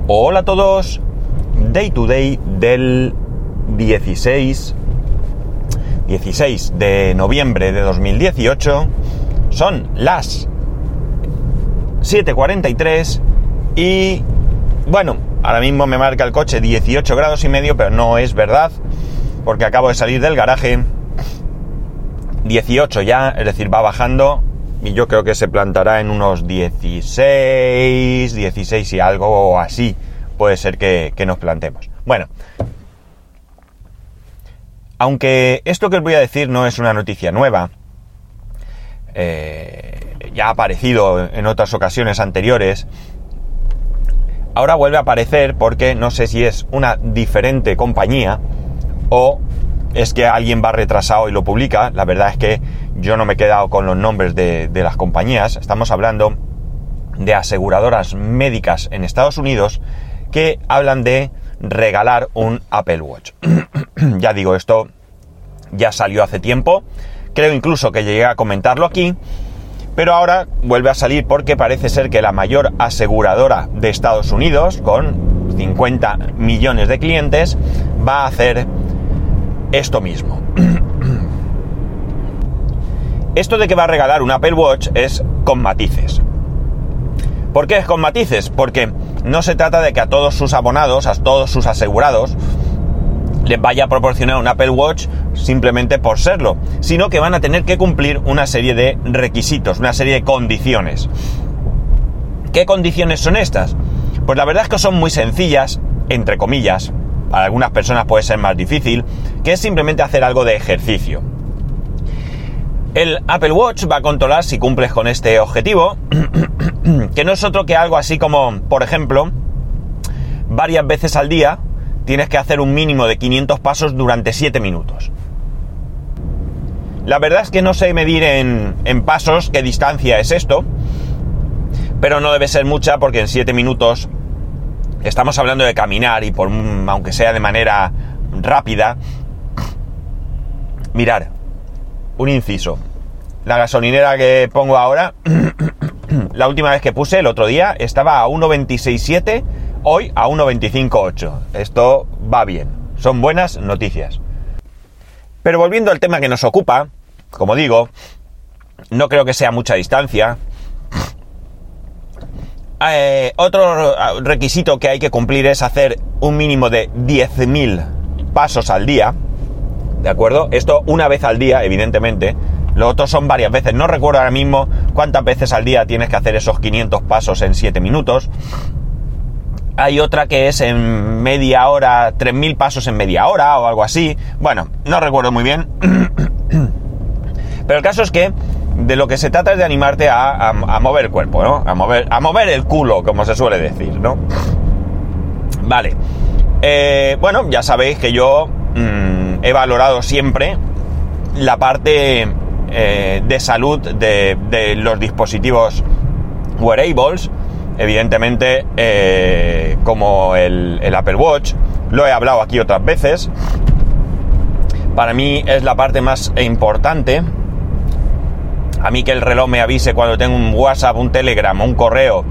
Hola a todos, Day to Day del 16 de noviembre de 2018, son las 7:43 y bueno, ahora mismo me marca el coche 18 grados y medio, pero no es verdad, porque acabo de salir del garaje, 18 ya, es decir, va bajando. Y yo creo que se plantará en unos 16 y algo o así. Puede ser que nos plantemos. Bueno, aunque esto que os voy a decir no es una noticia nueva, ya ha aparecido en otras ocasiones anteriores, ahora vuelve a aparecer porque no sé si es una diferente compañía o es que alguien va retrasado y lo publica. La verdad es que yo no me he quedado con los nombres de las compañías. Estamos hablando de aseguradoras médicas en Estados Unidos que hablan de regalar un Apple Watch. Ya digo, esto ya salió hace tiempo. Creo incluso que llegué a comentarlo aquí. Pero ahora vuelve a salir porque parece ser que la mayor aseguradora de Estados Unidos, con 50 millones de clientes, va a hacer esto mismo. Esto de que va a regalar un Apple Watch es con matices. ¿Por qué es con matices? Porque no se trata de que a todos sus abonados, a todos sus asegurados, les vaya a proporcionar un Apple Watch simplemente por serlo, sino que van a tener que cumplir una serie de requisitos, una serie de condiciones. ¿Qué condiciones son estas? Pues la verdad es que son muy sencillas, entre comillas. Para algunas personas puede ser más difícil, que es simplemente hacer algo de ejercicio. El Apple Watch va a controlar si cumples con este objetivo, que no es otro que algo así como, por ejemplo, varias veces al día tienes que hacer un mínimo de 500 pasos durante 7 minutos. La verdad es que no sé medir en pasos qué distancia es esto, pero no debe ser mucha porque en 7 minutos estamos hablando de caminar y aunque sea de manera rápida. Mirar, un inciso. La gasolinera que pongo ahora, la última vez que puse, el otro día, estaba a 1,26,7, hoy a 1,25,8. Esto va bien, son buenas noticias. Pero volviendo al tema que nos ocupa, como digo, no creo que sea mucha distancia. Otro requisito que hay que cumplir es hacer un mínimo de 10.000 pasos al día, ¿de acuerdo? Esto una vez al día, evidentemente. Lo otro son varias veces. No recuerdo ahora mismo cuántas veces al día tienes que hacer esos 500 pasos en 7 minutos. Hay otra que es en media hora, 3.000 pasos en media hora o algo así. Bueno, no recuerdo muy bien. Pero el caso es que de lo que se trata es de animarte a mover el cuerpo, ¿no? A mover el culo, como se suele decir, ¿no? Vale. Bueno, ya sabéis que yo he valorado siempre la parte de salud de los dispositivos wearables. Evidentemente, como el Apple Watch, lo he hablado aquí otras veces. Para mí es la parte más importante. A mí que el reloj me avise cuando tengo un WhatsApp, un Telegram, un correo,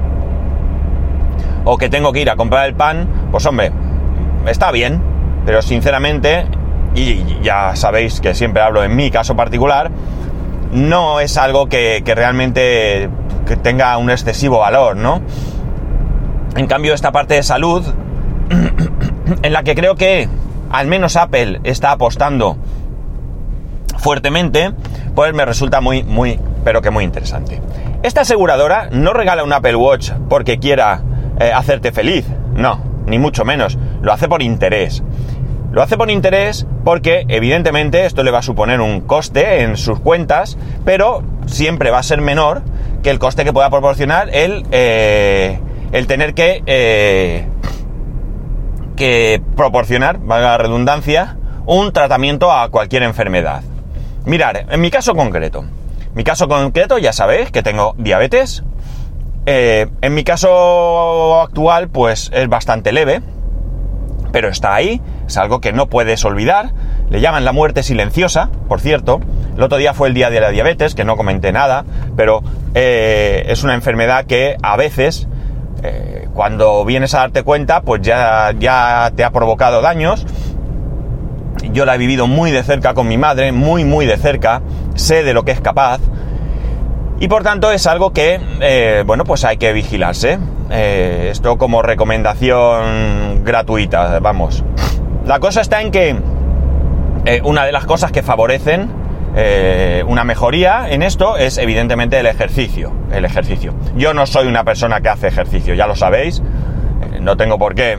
o que tengo que ir a comprar el pan, pues hombre, está bien, pero sinceramente, y ya sabéis que siempre hablo en mi caso particular, no es algo que realmente que tenga un excesivo valor, ¿no? En cambio, esta parte de salud, en la que creo que al menos Apple está apostando fuertemente, pues me resulta muy, pero que muy interesante. Esta aseguradora no regala un Apple Watch porque quiera hacerte feliz, no, ni mucho menos, lo hace por interés. Lo hace por interés porque, evidentemente, esto le va a suponer un coste en sus cuentas, pero siempre va a ser menor que el coste que pueda proporcionar el tener que proporcionar, valga la redundancia, un tratamiento a cualquier enfermedad. Mirad, en mi caso concreto, ya sabéis que tengo diabetes. En mi caso actual, pues es bastante leve, pero está ahí, es algo que no puedes olvidar. Le llaman la muerte silenciosa, por cierto. El otro día fue el día de la diabetes, que no comenté nada, pero es una enfermedad que a veces cuando vienes a darte cuenta, pues ya te ha provocado daños. Yo la he vivido muy de cerca con mi madre, muy de cerca, sé de lo que es capaz, y por tanto es algo que, pues hay que vigilarse. Esto como recomendación gratuita, vamos. La cosa está en que una de las cosas que favorecen una mejoría en esto es evidentemente el ejercicio. Yo no soy una persona que hace ejercicio, ya lo sabéis, no tengo por qué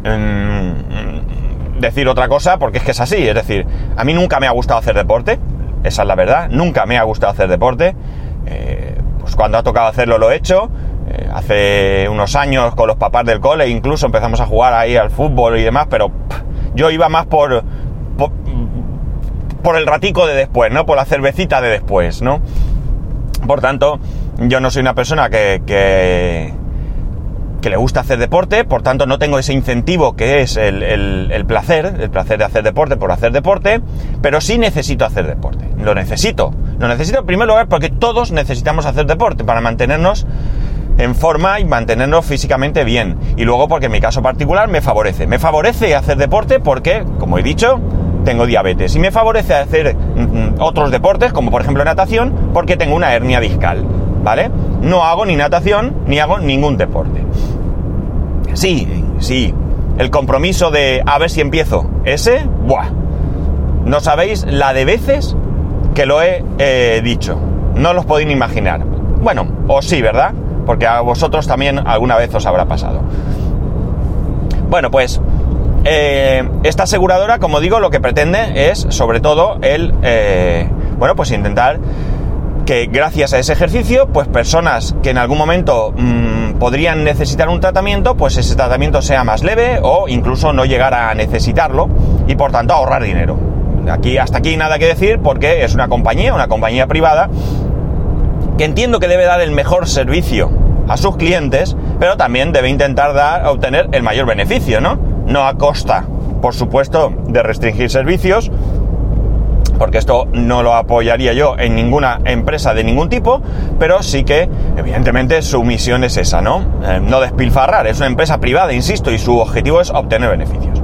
decir otra cosa, porque es que es así. Es decir, a mí nunca me ha gustado hacer deporte, esa es la verdad, nunca me ha gustado hacer deporte. Pues cuando ha tocado hacerlo lo he hecho. Hace unos años con los papás del cole incluso empezamos a jugar ahí al fútbol y demás, pero yo iba más por el ratico de después, ¿no? Por la cervecita de después, ¿no? Por tanto, yo no soy una persona que le gusta hacer deporte, por tanto no tengo ese incentivo que es el placer de hacer deporte por hacer deporte, pero sí necesito hacer deporte. Lo necesito en primer lugar porque todos necesitamos hacer deporte para mantenernos en forma y mantenernos físicamente bien. Y luego porque en mi caso particular me favorece hacer deporte porque, como he dicho, tengo diabetes, y me favorece hacer otros deportes, como por ejemplo natación, porque tengo una hernia discal, ¿vale? No hago ni natación ni hago ningún deporte. Sí, el compromiso de a ver si empiezo ese, ¡buah! No sabéis la de veces que lo he dicho, no los podéis ni imaginar. Bueno, o sí, ¿verdad? Porque a vosotros también alguna vez os habrá pasado. Bueno, pues esta aseguradora, como digo, lo que pretende es sobre todo pues intentar que gracias a ese ejercicio, pues personas que en algún momento podrían necesitar un tratamiento, pues ese tratamiento sea más leve o incluso no llegar a necesitarlo y por tanto ahorrar dinero. Hasta aquí nada que decir, porque es una compañía privada que entiendo que debe dar el mejor servicio a sus clientes, pero también debe intentar obtener el mayor beneficio, ¿no? No a costa, por supuesto, de restringir servicios, porque esto no lo apoyaría yo en ninguna empresa de ningún tipo, pero sí que, evidentemente, su misión es esa, ¿no? No despilfarrar, es una empresa privada, insisto, y su objetivo es obtener beneficios.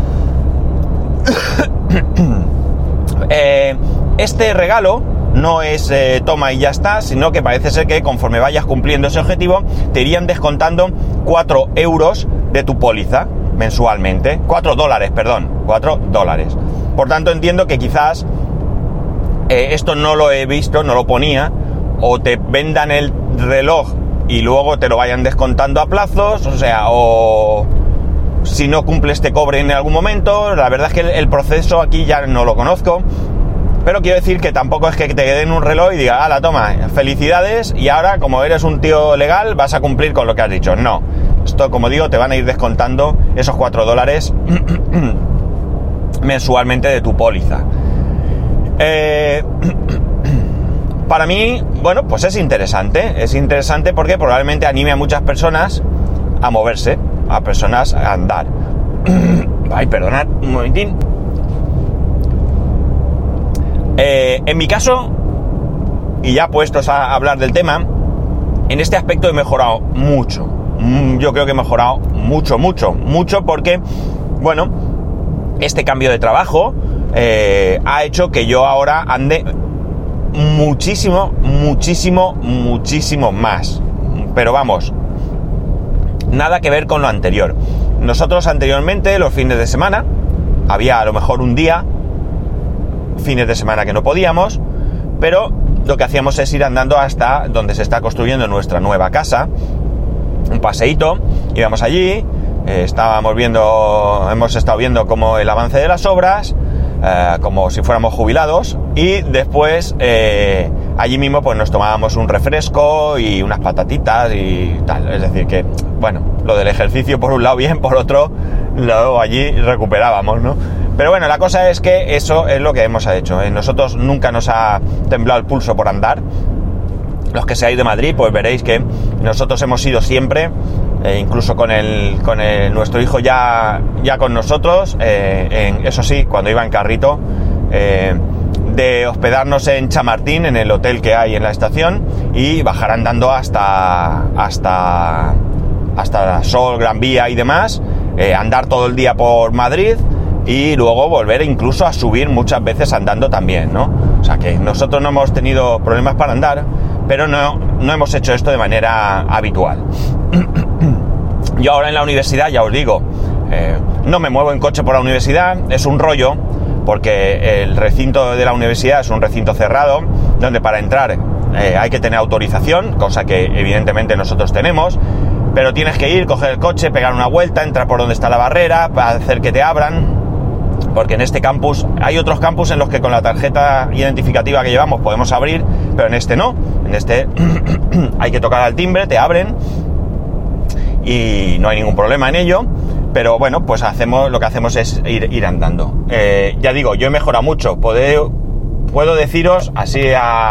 Este regalo no es toma y ya está, sino que parece ser que conforme vayas cumpliendo ese objetivo, te irían descontando 4 euros de tu póliza mensualmente. 4 dólares. Por tanto, entiendo que quizás esto no lo he visto, no lo ponía, o te vendan el reloj y luego te lo vayan descontando a plazos, o si no cumples te cobren en algún momento. La verdad es que el proceso aquí ya no lo conozco, pero quiero decir que tampoco es que te den un reloj y diga, ¡hala, toma, felicidades! Y ahora, como eres un tío legal, vas a cumplir con lo que has dicho. No, esto, como digo, te van a ir descontando esos 4 dólares mensualmente de tu póliza. Para mí, bueno, pues es interesante porque probablemente anime a muchas personas a moverse, a personas a andar. Ay, perdonad un momentín. En mi caso, y ya puestos a hablar del tema, en este aspecto he mejorado mucho. Yo creo que he mejorado mucho porque, bueno, este cambio de trabajo ha hecho que yo ahora ande muchísimo más. Pero vamos, nada que ver con lo anterior. Nosotros anteriormente, los fines de semana, había a lo mejor un día, fines de semana que no podíamos, pero lo que hacíamos es ir andando hasta donde se está construyendo nuestra nueva casa, un paseíto, íbamos allí, hemos estado viendo como el avance de las obras, como si fuéramos jubilados, y después allí mismo pues nos tomábamos un refresco y unas patatitas y tal. Es decir que, bueno, lo del ejercicio por un lado bien, por otro luego allí recuperábamos, ¿no? Pero bueno, la cosa es que eso es lo que hemos hecho. Nosotros nunca nos ha temblado el pulso por andar. Los que seáis de Madrid, pues veréis que nosotros hemos ido siempre, incluso con nuestro hijo ya con nosotros, eso sí, cuando iba en carrito, de hospedarnos en Chamartín, en el hotel que hay en la estación, y bajar andando hasta hasta Sol, Gran Vía y demás, andar todo el día por Madrid y luego volver incluso a subir muchas veces andando también, ¿no? O sea que nosotros no hemos tenido problemas para andar, pero no hemos hecho esto de manera habitual. Yo ahora en la universidad, ya os digo, no me muevo en coche por la universidad, es un rollo, porque el recinto de la universidad es un recinto cerrado, donde para entrar hay que tener autorización, cosa que evidentemente nosotros tenemos, pero tienes que ir, coger el coche, pegar una vuelta, entrar por donde está la barrera, para hacer que te abran, porque en este campus, hay otros campus en los que con la tarjeta identificativa que llevamos podemos abrir, pero en este no, en este hay que tocar al timbre, te abren y no hay ningún problema en ello, pero bueno, pues lo que hacemos es ir andando. Ya digo, yo he mejorado mucho, puedo deciros así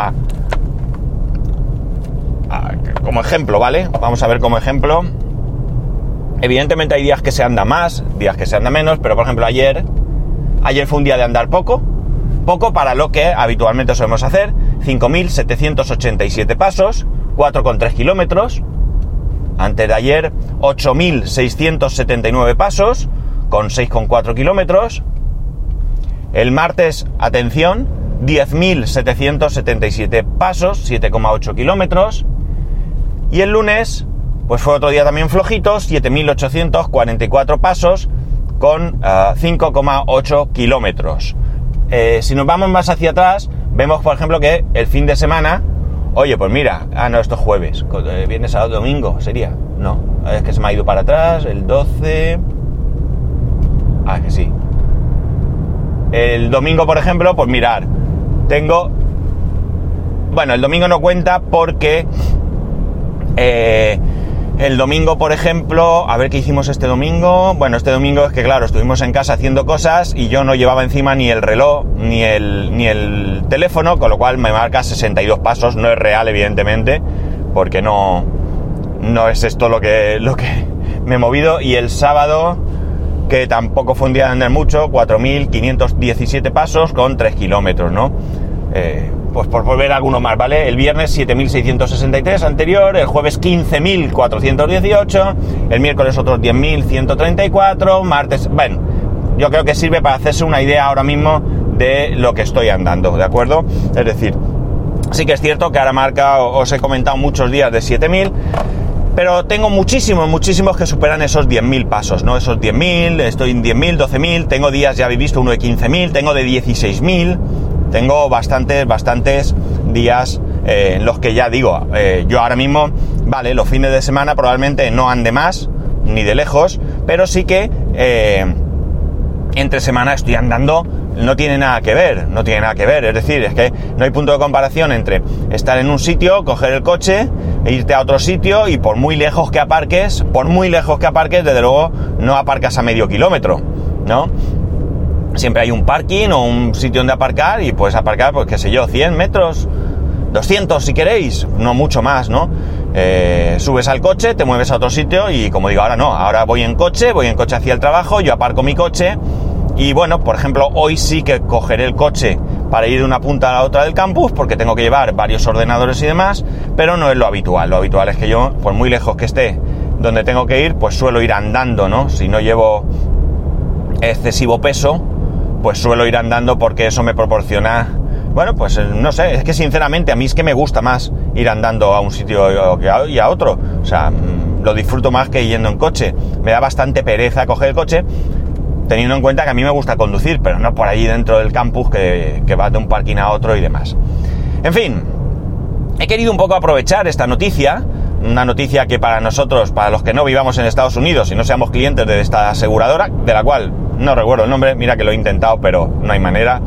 como ejemplo, ¿vale? Vamos a ver como ejemplo. Evidentemente hay días que se anda más, días que se anda menos, pero por ejemplo ayer fue un día de andar poco para lo que habitualmente solemos hacer, 5.787 pasos, 4,3 kilómetros. Antes de ayer, 8.679 pasos, con 6,4 kilómetros. El martes, atención, 10.777 pasos, 7,8 kilómetros. Y el lunes, pues fue otro día también flojito, 7.844 pasos, con 5,8 kilómetros. Si nos vamos más hacia atrás, vemos por ejemplo que el fin de semana, oye, pues mira, no, esto es jueves, viernes, sábado, domingo, sería, no, es que se me ha ido para atrás, el 12, que sí. El domingo, por ejemplo, pues mirar, el domingo no cuenta porque el domingo, por ejemplo, a ver qué hicimos este domingo. Bueno, este domingo es que claro, estuvimos en casa haciendo cosas y yo no llevaba encima ni el reloj ni el teléfono, con lo cual me marca 62 pasos, no es real evidentemente, porque no es esto lo que me he movido. Y el sábado, que tampoco fue un día de andar mucho, 4.517 pasos con 3 kilómetros, ¿no? Pues por volver alguno más, ¿vale? El viernes 7.663 anterior, el jueves 15.418, el miércoles otros 10.134, martes... Bueno, yo creo que sirve para hacerse una idea ahora mismo de lo que estoy andando, ¿de acuerdo? Es decir, sí que es cierto que ahora os he comentado muchos días de 7.000, pero tengo muchísimos que superan esos 10.000 pasos, ¿no? Esos 10.000, estoy en 10.000, 12.000, tengo días, ya habéis visto, uno de 15.000, tengo de 16.000... Tengo bastantes días en los que ya digo, yo ahora mismo, vale, los fines de semana probablemente no ande más, ni de lejos, pero sí que entre semana estoy andando, no tiene nada que ver, es decir, es que no hay punto de comparación entre estar en un sitio, coger el coche e irte a otro sitio y por muy lejos que aparques, desde luego no aparcas a medio kilómetro, ¿no? Siempre hay un parking o un sitio donde aparcar y puedes aparcar, pues qué sé yo, 100 metros, 200 si queréis, no mucho más, ¿no? Subes al coche, te mueves a otro sitio y como digo, ahora no, ahora voy en coche hacia el trabajo, yo aparco mi coche y bueno, por ejemplo, hoy sí que cogeré el coche para ir de una punta a la otra del campus porque tengo que llevar varios ordenadores y demás, pero no es lo habitual es que yo, por muy lejos que esté donde tengo que ir, pues suelo ir andando, ¿no? Si no llevo excesivo peso, pues suelo ir andando porque eso me proporciona, bueno, pues no sé, es que sinceramente a mí es que me gusta más ir andando a un sitio y a otro, o sea, lo disfruto más que yendo en coche, me da bastante pereza coger el coche, teniendo en cuenta que a mí me gusta conducir, pero no por allí dentro del campus que vas de un parking a otro y demás. En fin, he querido un poco aprovechar esta noticia, una noticia que para nosotros, para los que no vivamos en Estados Unidos y no seamos clientes de esta aseguradora, de la cual no recuerdo el nombre, mira que lo he intentado, pero no hay manera.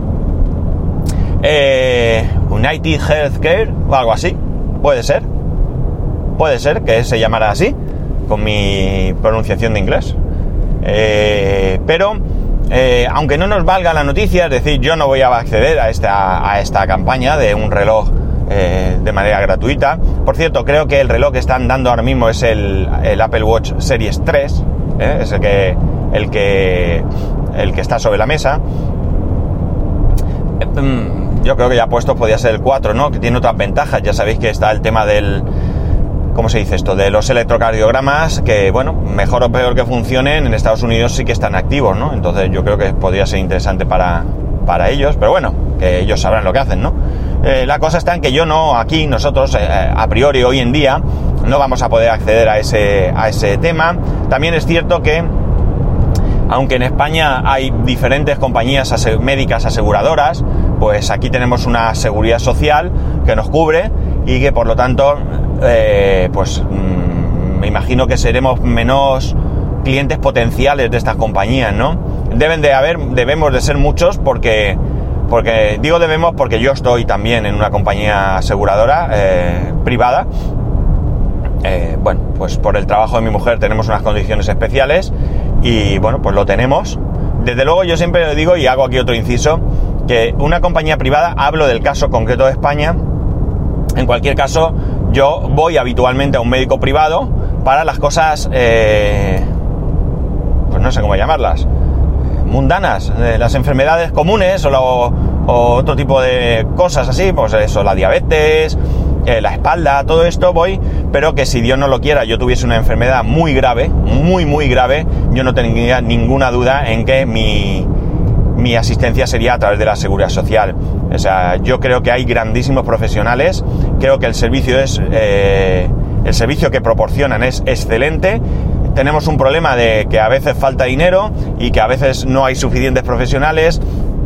United Healthcare o algo así, puede ser que se llamara así, con mi pronunciación de inglés. Pero aunque no nos valga la noticia, es decir, yo no voy a acceder a esta campaña de un reloj de manera gratuita. Por cierto, creo que el reloj que están dando ahora mismo es el Apple Watch Series 3, es el que está sobre la mesa. Yo creo que ya puesto podía ser el 4, ¿no? Que tiene otras ventajas. Ya sabéis que está el tema del ¿cómo se dice esto? De los electrocardiogramas, que bueno, mejor o peor que funcionen, en Estados Unidos sí que están activos, ¿no? Entonces yo creo que podría ser interesante para ellos, pero bueno, que ellos sabrán lo que hacen, ¿no? La cosa está en que nosotros, a priori, hoy en día, no vamos a poder acceder a ese tema. También es cierto que, aunque en España hay diferentes compañías médicas aseguradoras, pues aquí tenemos una seguridad social que nos cubre y que por lo tanto me imagino que seremos menos clientes potenciales de estas compañías, ¿no? Debemos de ser muchos porque digo debemos porque yo estoy también en una compañía aseguradora privada. Bueno, pues por el trabajo de mi mujer tenemos unas condiciones especiales y bueno, pues lo tenemos. Desde luego yo siempre lo digo y hago aquí otro inciso, que una compañía privada, hablo del caso concreto de España, en cualquier caso yo voy habitualmente a un médico privado para las cosas, pues no sé cómo llamarlas, mundanas, las enfermedades comunes o otro tipo de cosas así, pues eso, la diabetes, la espalda, todo esto voy, pero que si Dios no lo quiera yo tuviese una enfermedad muy grave, muy grave, yo no tendría ninguna duda en que mi asistencia sería a través de la Seguridad Social. O sea, yo creo que hay grandísimos profesionales, creo que el servicio que proporcionan es excelente. Tenemos un problema de que a veces falta dinero y que a veces no hay suficientes profesionales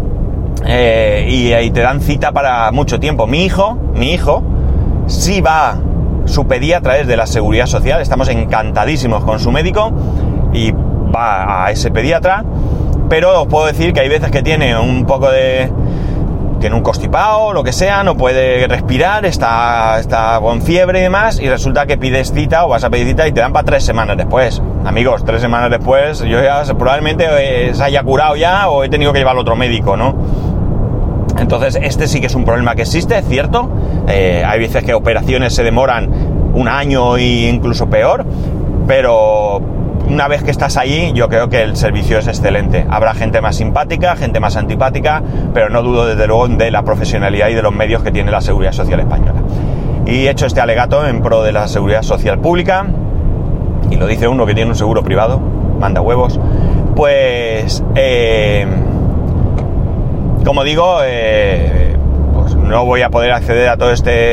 y te dan cita para mucho tiempo. Mi hijo sí va su pediatra a través de la Seguridad Social, estamos encantadísimos con su médico y va a ese pediatra, pero os puedo decir que hay veces que tiene un constipado, lo que sea, no puede respirar, está con fiebre y demás, y resulta que pides cita o vas a pedir cita y te dan para 3 semanas después. Amigos, 3 semanas después yo ya probablemente se haya curado ya o he tenido que llevar al otro médico, ¿no? Entonces este sí que es un problema que existe, es cierto. Hay veces que operaciones se demoran 1 año e incluso peor, pero una vez que estás allí yo creo que el servicio es excelente. Habrá gente más simpática, gente más antipática, pero no dudo desde luego de la profesionalidad y de los medios que tiene la Seguridad Social española. Y he hecho este alegato en pro de la Seguridad Social pública, y lo dice uno que tiene un seguro privado, manda huevos, pues como digo, pues no voy a poder acceder a toda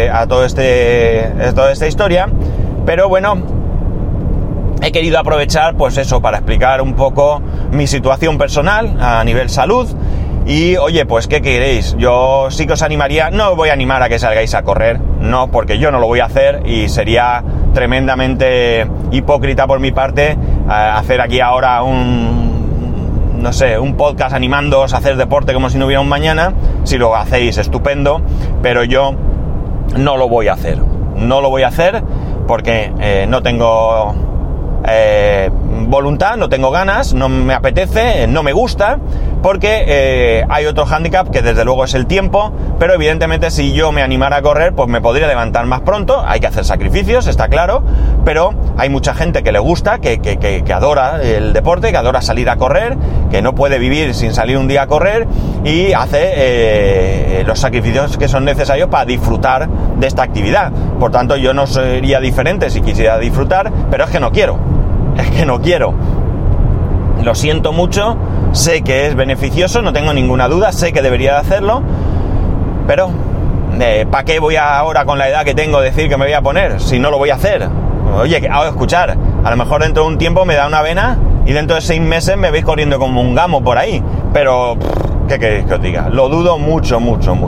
esta historia, pero bueno, he querido aprovechar pues eso para explicar un poco mi situación personal a nivel salud. Y oye, pues ¿qué queréis? Yo sí que os animaría, no os voy a animar a que salgáis a correr, no, porque yo no lo voy a hacer y sería tremendamente hipócrita por mi parte hacer aquí ahora un podcast animándoos a hacer deporte como si no hubiera un mañana. Si lo hacéis, estupendo, pero yo no lo voy a hacer. No lo voy a hacer porque no tengo voluntad, no tengo ganas, no me apetece, no me gusta, porque hay otro hándicap que desde luego es el tiempo, pero evidentemente si yo me animara a correr pues me podría levantar más pronto. Hay que hacer sacrificios, está claro, pero hay mucha gente que le gusta, que adora el deporte, que adora salir a correr, que no puede vivir sin salir un día a correr y hace los sacrificios que son necesarios para disfrutar de esta actividad. Por tanto, yo no sería diferente si quisiera disfrutar, pero es que no quiero. Lo siento mucho, sé que es beneficioso, no tengo ninguna duda, sé que debería de hacerlo, pero ¿para qué voy ahora con la edad que tengo decir que me voy a poner si no lo voy a hacer? Oye, escuchar, a lo mejor dentro de un tiempo me da una vena y dentro de 6 meses me veis corriendo como un gamo por ahí, pero ¿qué queréis que os diga? Lo dudo mucho.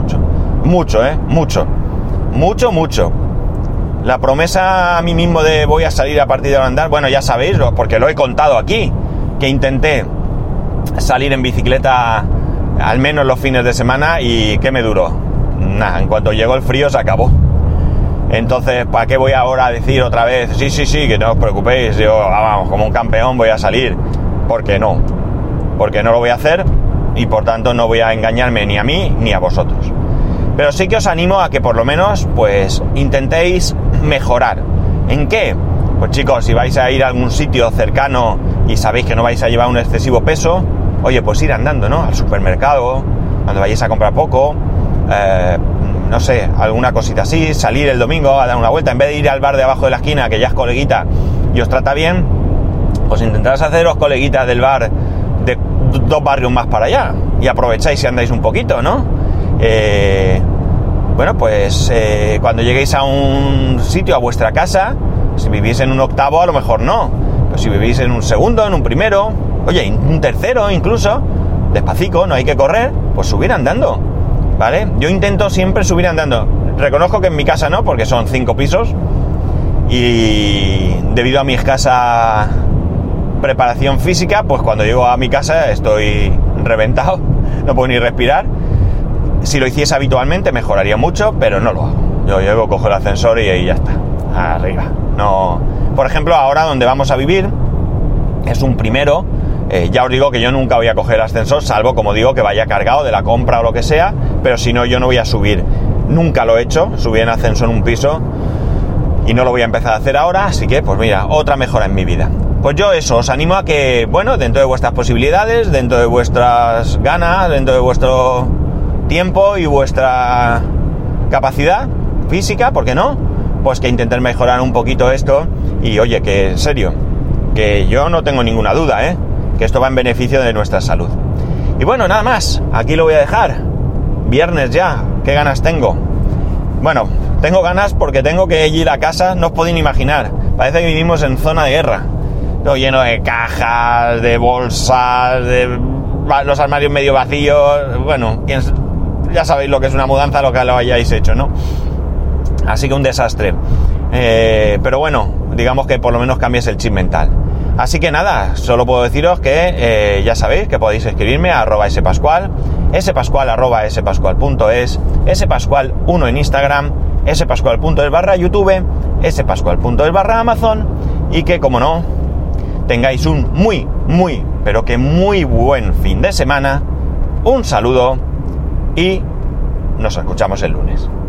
La promesa a mí mismo de voy a salir a partir de ahora a andar, bueno, ya sabéis, porque lo he contado aquí, que intenté salir en bicicleta al menos los fines de semana y ¿qué me duró? Nada, en cuanto llegó el frío se acabó. Entonces, ¿para qué voy ahora a decir otra vez? Sí, que no os preocupéis, yo vamos, como un campeón voy a salir. ¿Por qué no? Porque no lo voy a hacer y por tanto no voy a engañarme ni a mí ni a vosotros. Pero sí que os animo a que por lo menos pues intentéis mejorar. ¿En qué? Pues chicos, si vais a ir a algún sitio cercano y sabéis que no vais a llevar un excesivo peso, oye, pues ir andando, ¿no? Al supermercado, cuando vayáis a comprar poco, no sé, alguna cosita así, salir el domingo a dar una vuelta, en vez de ir al bar de abajo de la esquina, que ya es coleguita y os trata bien, pues intentarás haceros coleguitas del bar de 2 barrios más para allá, y aprovecháis y andáis un poquito, ¿no? Bueno, pues cuando lleguéis a un sitio, a vuestra casa, si vivís en un octavo, a lo mejor no, pero si vivís en un segundo, en un primero, oye, en un tercero incluso, despacito, no hay que correr, pues subir andando, ¿vale? Yo intento siempre subir andando. Reconozco que en mi casa no, porque son 5 pisos, y debido a mi escasa preparación física, pues cuando llego a mi casa estoy reventado, no puedo ni respirar. Si lo hiciese habitualmente mejoraría mucho, pero no lo hago. Yo llego, cojo el ascensor y ya está, arriba. No, por ejemplo, ahora donde vamos a vivir es un primero. Ya os digo que yo nunca voy a coger el ascensor, salvo, como digo, que vaya cargado de la compra o lo que sea, pero si no, yo no voy a subir. Nunca lo he hecho, subir en ascensor en un piso, y no lo voy a empezar a hacer ahora, así que, pues mira, otra mejora en mi vida. Pues yo eso, os animo a que, bueno, dentro de vuestras posibilidades, dentro de vuestras ganas, dentro de vuestro tiempo y vuestra capacidad física, ¿por qué no? Pues que intenten mejorar un poquito esto, y oye, que en serio, que yo no tengo ninguna duda, que esto va en beneficio de nuestra salud. Y bueno, nada más, aquí lo voy a dejar. Viernes ya, qué ganas tengo. Bueno, tengo ganas porque tengo que ir a casa, no os podéis imaginar, parece que vivimos en zona de guerra. Todo lleno de cajas, de bolsas, de los armarios medio vacíos. Bueno, ya sabéis lo que es una mudanza, lo que lo hayáis hecho, ¿no? Así que un desastre. Pero bueno, digamos que por lo menos cambies el chip mental. Así que nada, solo puedo deciros que ya sabéis que podéis escribirme a @spascual, spascual@spascual.es, spascual1 en Instagram, spascual.es/YouTube, spascual.es/Amazon, y que, como no, tengáis un muy, pero que muy buen fin de semana. Un saludo y nos escuchamos el lunes.